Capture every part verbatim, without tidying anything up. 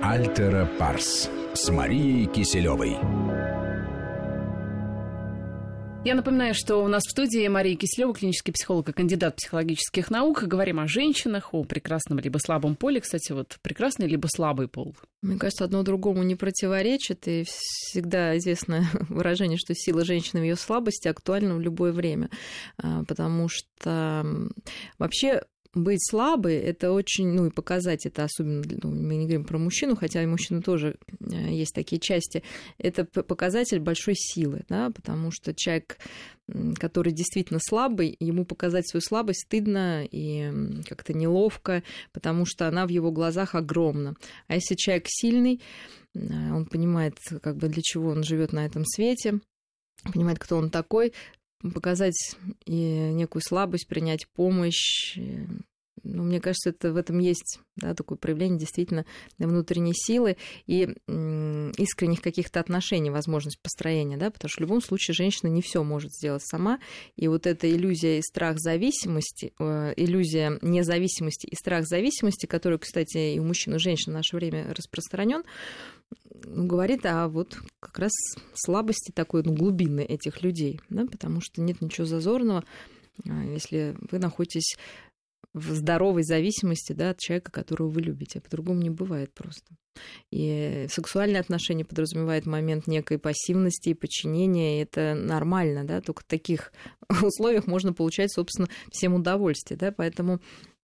Альтера Парс с Марией Киселевой. Я напоминаю, что у нас в студии Мария Киселева, клинический психолог и кандидат психологических наук. Говорим о женщинах, о прекрасном либо слабом поле. Кстати, вот прекрасный либо слабый пол. Мне кажется, одно другому не противоречит. И всегда известное выражение, что сила женщины в ее слабости актуальна в любое время. Потому что вообще... Быть слабой – это очень, ну и показать это, особенно, ну, мы не говорим про мужчину, хотя и мужчины тоже есть такие части, это показатель большой силы, да, потому что человек, который действительно слабый, ему показать свою слабость стыдно и как-то неловко, потому что она в его глазах огромна. А если человек сильный, он понимает, как бы для чего он живет на этом свете, понимает, кто он такой, показать и некую слабость, принять помощь. Ну, мне кажется, это, в этом есть, да, такое проявление действительно внутренней силы и искренних каких-то отношений, возможность построения, да, потому что в любом случае женщина не все может сделать сама, и вот эта иллюзия и страх зависимости, э, иллюзия независимости и страх зависимости, который, кстати, и у мужчин, и у женщин в наше время распространен, говорит о вот как раз слабости такой, ну, глубины этих людей, да, потому что нет ничего зазорного, если вы находитесь в здоровой зависимости, да, от человека, которого вы любите. По-другому не бывает просто. И сексуальные отношения подразумевают момент некой пассивности и подчинения, и это нормально, да, только в таких условиях можно получать, собственно, всем удовольствие, да, поэтому...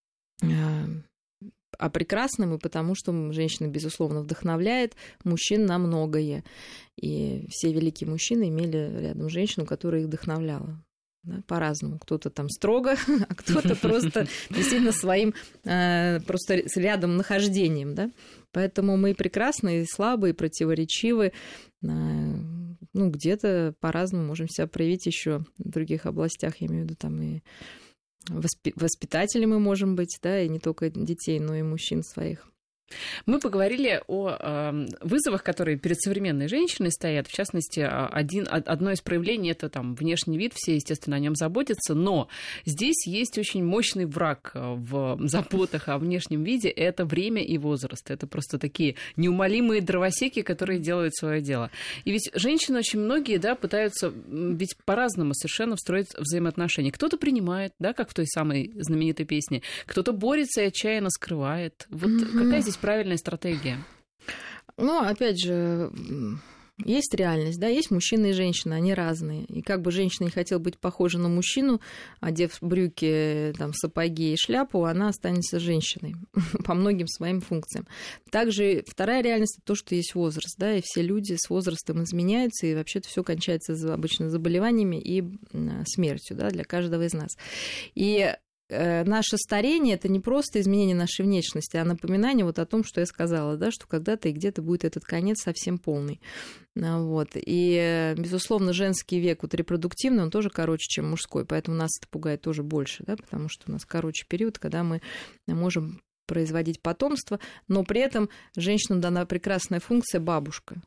А прекрасным и потому, что женщина, безусловно, вдохновляет мужчин на многое. И все великие мужчины имели рядом женщину, которая их вдохновляла. Да, по-разному. Кто-то там строго, а кто-то просто действительно своим просто рядом нахождением. Да? Поэтому мы и прекрасны, и слабы, и противоречивы. Ну, где-то по-разному можем себя проявить еще в других областях, я имею в виду там и воспитатели мы можем быть, да, и не только детей, но и мужчин своих. Мы поговорили о э, вызовах, которые перед современной женщиной стоят. В частности, один, одно из проявлений – это там, внешний вид, все, естественно, о нем заботятся, но здесь есть очень мощный враг в заботах о внешнем виде – это время и возраст. Это просто такие неумолимые дровосеки, которые делают свое дело. И ведь женщины очень многие, да, пытаются ведь по-разному совершенно встроить взаимоотношения. Кто-то принимает, да, как в той самой знаменитой песне, кто-то борется и отчаянно скрывает. Вот mm-hmm. какая здесь правильная стратегия? Ну, опять же, есть реальность, да, есть мужчины и женщины, они разные. И как бы женщина не хотела быть похожа на мужчину, одев брюки, там, сапоги и шляпу, она останется женщиной по многим своим функциям. Также вторая реальность – это то, что есть возраст, да, и все люди с возрастом изменяются, и вообще-то все кончается обычно заболеваниями и смертью, да, для каждого из нас. И наше старение – это не просто изменение нашей внешности, а напоминание вот о том, что я сказала, да, что когда-то и где-то будет этот конец совсем полный. Вот. И, безусловно, женский век вот репродуктивный, он тоже короче, чем мужской, поэтому нас это пугает тоже больше, да, потому что у нас короче период, когда мы можем производить потомство, но при этом женщинам дана прекрасная функция бабушка.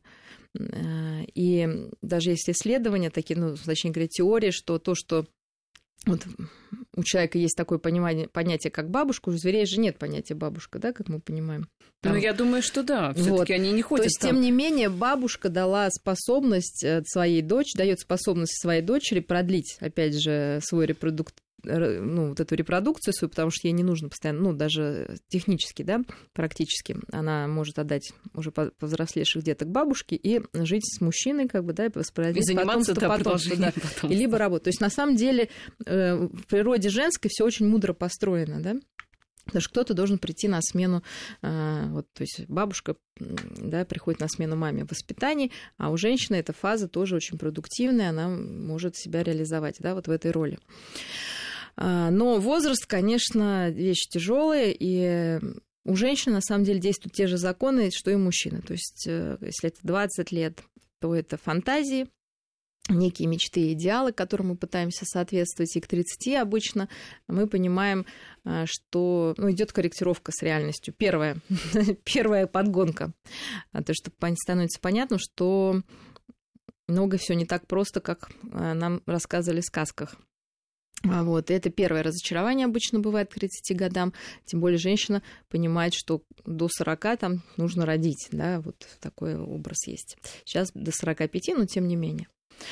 И даже есть исследования, такие, ну, точнее говоря, теории, что то, что вот у человека есть такое понимание, понятие, как бабушка, у зверей же нет понятия бабушка, да, как мы понимаем. Там... Ну, я думаю, что да, всё-таки вот. Они не ходят. То есть, там... тем не менее, бабушка дала способность своей дочери, дает способность своей дочери продлить, опять же, свой репродукт, ну, вот эту репродукцию свою, потому что ей не нужно постоянно, ну, даже технически, да, практически, она может отдать уже повзрослевших деток бабушке и жить с мужчиной, как бы, да, и воспроизводить потомство, да, потомство, да, потомство. И либо работать. То есть, на самом деле, в природе женской все очень мудро построено, да. Потому что кто-то должен прийти на смену, вот, то есть бабушка, да, приходит на смену маме в воспитании, а у женщины эта фаза тоже очень продуктивная, она может себя реализовать, да, вот в этой роли. Но возраст, конечно, вещь тяжелая, и у женщин на самом деле действуют те же законы, что и у мужчины. То есть, если это двадцать лет, то это фантазии, некие мечты и идеалы, которым мы пытаемся соответствовать, и к тридцати обычно мы понимаем, что, ну, идет корректировка с реальностью. Первая, первая подгонка. То, что становится понятно, что много все не так просто, как нам рассказывали в сказках. Вот, и это первое разочарование обычно бывает к тридцати годам, тем более женщина понимает, что до сорока там нужно родить, да, вот такой образ есть. Сейчас до сорока пяти, но тем не менее.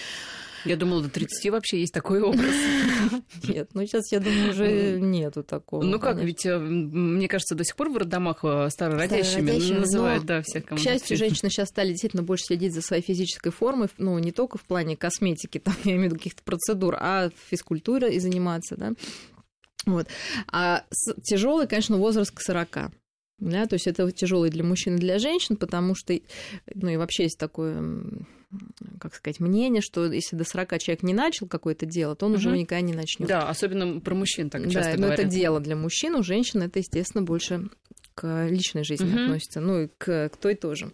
Я думала, до тридцати вообще есть такой образ. Нет, ну сейчас, я думаю, уже нету такого. Ну как, ведь, мне кажется, до сих пор в роддомах старородящими называют, да, всех, кому. К счастью, женщины сейчас стали действительно больше следить за своей физической формой, ну, не только в плане косметики, там, я имею в виду каких-то процедур, а физкультурой и заниматься, да. Вот. А тяжелый, конечно, возраст к сорока. Да, то есть это тяжелый для мужчин и для женщин, потому что, ну и вообще есть такое, как сказать, мнение, что если до сорока человек не начал какое-то дело, то он угу. уже никогда не начнет. Да, особенно про мужчин так часто да, говорят. Но это дело для мужчин, у женщин это, естественно, больше к личной жизни угу. относится, ну и к, к той тоже.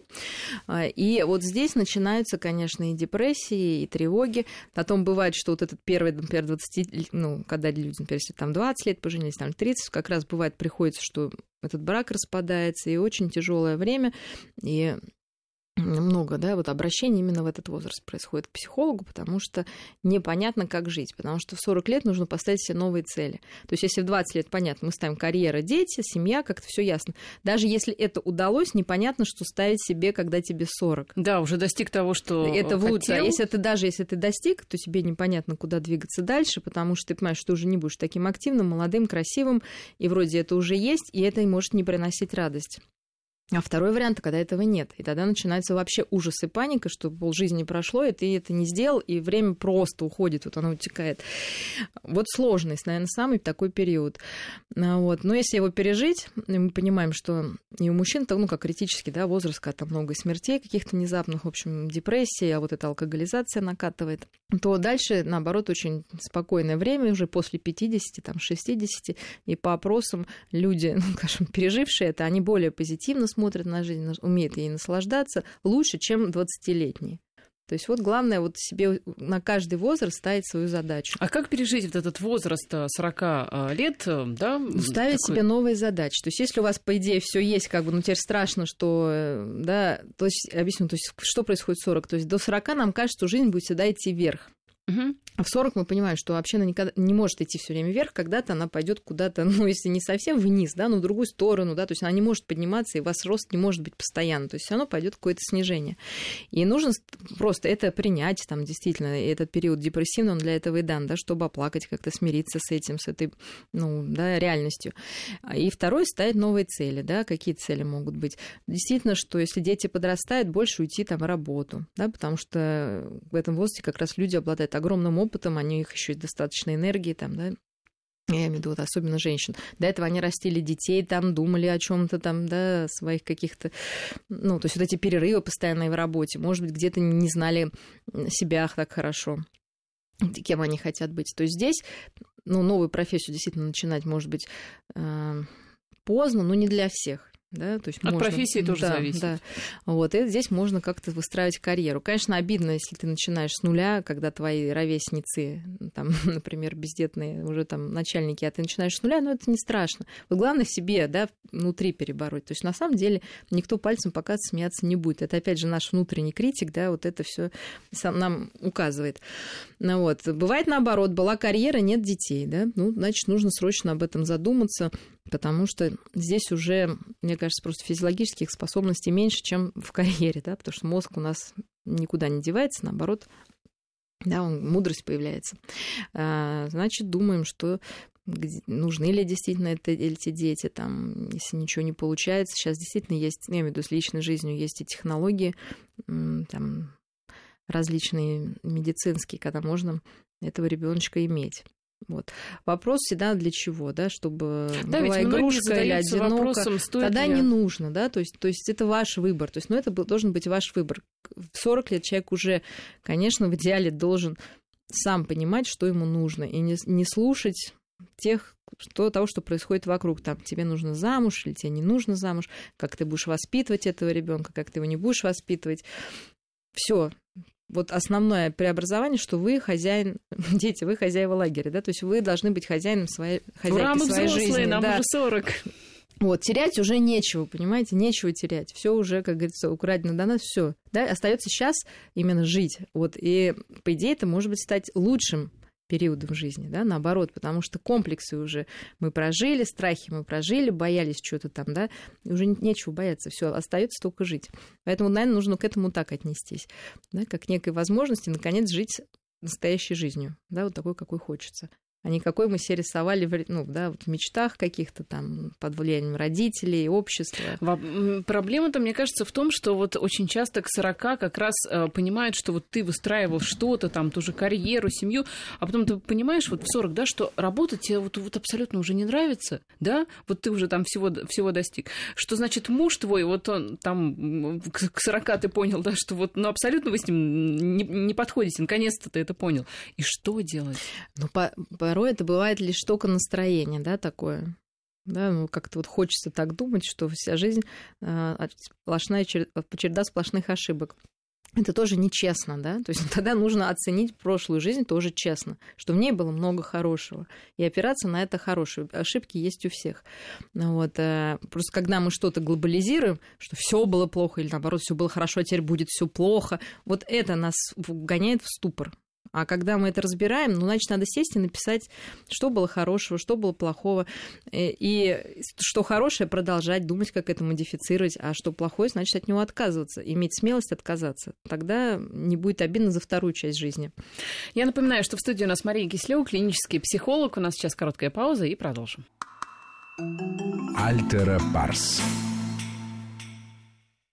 И вот здесь начинаются, конечно, и депрессии, и тревоги. Потом бывает, что вот этот первый, например, двадцать, ну, когда люди, например, если там двадцать лет поженились, там тридцать, как раз бывает, приходится, что этот брак распадается, и очень тяжелое время, и много, да, вот обращений именно в этот возраст происходит к психологу, потому что непонятно, как жить, потому что в сорок лет нужно поставить себе новые цели. То есть если в двадцать лет, понятно, мы ставим карьера, дети, семья, как-то все ясно. Даже если это удалось, непонятно, что ставить себе, когда тебе сорок. Да, уже достиг того, что это хотел. лучше. А если ты даже если ты достиг, то тебе непонятно, куда двигаться дальше, потому что ты понимаешь, что ты уже не будешь таким активным, молодым, красивым, и вроде это уже есть, и это может не приносить радость. А второй вариант, когда этого нет. И тогда начинается вообще ужас и паника, что полжизни прошло, и ты это не сделал, и время просто уходит, вот оно утекает. Вот сложность, наверное, самый такой период. Вот. Но если его пережить, мы понимаем, что и у мужчин, ну, как критический, да, возраст, когда там много смертей каких-то внезапных, в общем, депрессии, а вот эта алкоголизация накатывает, то дальше, наоборот, очень спокойное время, уже после пятидесяти, там, шестидесяти, и по опросам люди, ну, скажем, пережившие это, они более позитивно смотрят на жизнь, умеют ей наслаждаться лучше, чем двадцатилетние. То есть вот главное вот себе на каждый возраст ставить свою задачу. А как пережить вот этот возраст сорока лет, да? Ставить такой... себе новые задачи. То есть если у вас, по идее, все есть, как бы, ну теперь страшно, что, да, то есть, объясню, то есть что происходит в сорок? То есть до сорока нам кажется, что жизнь будет всегда идти вверх. Угу. А в сорок мы понимаем, что вообще она никогда не может идти все время вверх, когда-то она пойдет куда-то, ну, если не совсем вниз, да, но в другую сторону, да, то есть она не может подниматься, и у вас рост не может быть постоянно, то есть все равно пойдет какое-то снижение. И нужно просто это принять, там, действительно, этот период депрессивный, он для этого и дан, да, чтобы оплакать, как-то смириться с этим, с этой, ну, да, реальностью. И второй — ставить новые цели, да, какие цели могут быть. Действительно, что если дети подрастают, больше уйти там в работу, да, потому что в этом возрасте как раз люди обладают огромным опытом, они, у них еще достаточно энергии, там, да, я имею в виду, вот, особенно женщин. До этого они растили детей, там, думали о чем-то там, да, своих каких-то, ну, то есть вот эти перерывы постоянные в работе, может быть, где-то не знали себя так хорошо, кем они хотят быть. То есть здесь, ну, новую профессию действительно начинать, может быть, поздно, но не для всех. Да, то есть от можно... профессии тоже да, зависит. Да. Вот, и здесь можно как-то выстраивать карьеру. Конечно, обидно, если ты начинаешь с нуля, когда твои ровесницы, там, например, бездетные уже там начальники, а ты начинаешь с нуля, но это не страшно. Вот главное в себе, да, внутри перебороть. То есть на самом деле никто пальцем пока смеяться не будет. Это опять же наш внутренний критик, да, вот это все нам указывает. Ну, вот. Бывает наоборот, была карьера, нет детей, да, ну, значит, нужно срочно об этом задуматься, потому что здесь уже, мне кажется, просто физиологических способностей меньше, чем в карьере, да, потому что мозг у нас никуда не девается, наоборот, да, он, мудрость появляется. А, значит, думаем, что нужны ли действительно это, эти дети, там, если ничего не получается. Сейчас действительно есть, я имею в виду, с личной жизнью есть и технологии, там, различные медицинские, когда можно этого ребеночка иметь. Вот. Вопрос всегда для чего, да, чтобы да, была игрушка или одиноко, вопросом, тогда ли... не нужно, да, то есть, то есть это ваш выбор, то есть, ну, это должен быть ваш выбор. В сорок лет человек уже, конечно, в идеале должен сам понимать, что ему нужно, и не, не слушать тех, что, того, что происходит вокруг. Там тебе нужно замуж или тебе не нужно замуж, как ты будешь воспитывать этого ребенка, как ты его не будешь воспитывать. Все. Вот основное преобразование, что вы хозяин, дети, вы хозяева лагеря, да, то есть вы должны быть хозяином своей, хозяйкой Ура, своей взрослые, жизни. Нам да. уже сорок. Вот, терять уже нечего, понимаете, нечего терять. Все уже, как говорится, украдено до нас, все. Да? Остается сейчас именно жить. Вот, и, по идее, это может быть стать лучшим периоды в жизни, да, наоборот, потому что комплексы уже мы прожили, страхи мы прожили, боялись что-то там, да, уже нечего бояться, все, остается только жить. Поэтому, наверное, нужно к этому так отнестись, да, как к некой возможности, наконец, жить настоящей жизнью, да, вот такой, какой хочется. А не какой мы себе рисовали в, ну, да, вот в мечтах каких-то там под влиянием родителей, общества. Проблема-то, мне кажется, в том, что вот очень часто к сорока как раз э, понимают, что вот ты выстраивал что-то, там, ту же карьеру, семью, а потом ты понимаешь вот в сорок, да, что работа тебе вот, вот абсолютно уже не нравится, да, вот ты уже там всего, всего достиг. Что значит муж твой, вот он там к, к сорока ты понял, да, что вот, ну, абсолютно вы с ним не, не подходите, наконец-то ты это понял. И что делать? Ну, по, по Порой это бывает лишь только настроение, да, такое. Да, ну, как-то вот хочется так думать, что вся жизнь э, сплошная череда сплошных ошибок. Это тоже нечестно, да, то есть тогда нужно оценить прошлую жизнь тоже честно, что в ней было много хорошего, и опираться на это хорошее. Ошибки есть у всех. Вот. Просто когда мы что-то глобализируем, что все было плохо, или наоборот, все было хорошо, а теперь будет все плохо, вот это нас вгоняет в ступор. А когда мы это разбираем, ну, значит, надо сесть и написать, что было хорошего, что было плохого. И что хорошее, продолжать думать, как это модифицировать, а что плохое, значит, от него отказываться, иметь смелость отказаться. Тогда не будет обидно за вторую часть жизни. Я напоминаю, что в студии у нас Мария Киселева, клинический психолог. У нас сейчас короткая пауза и продолжим. Альтера Парс.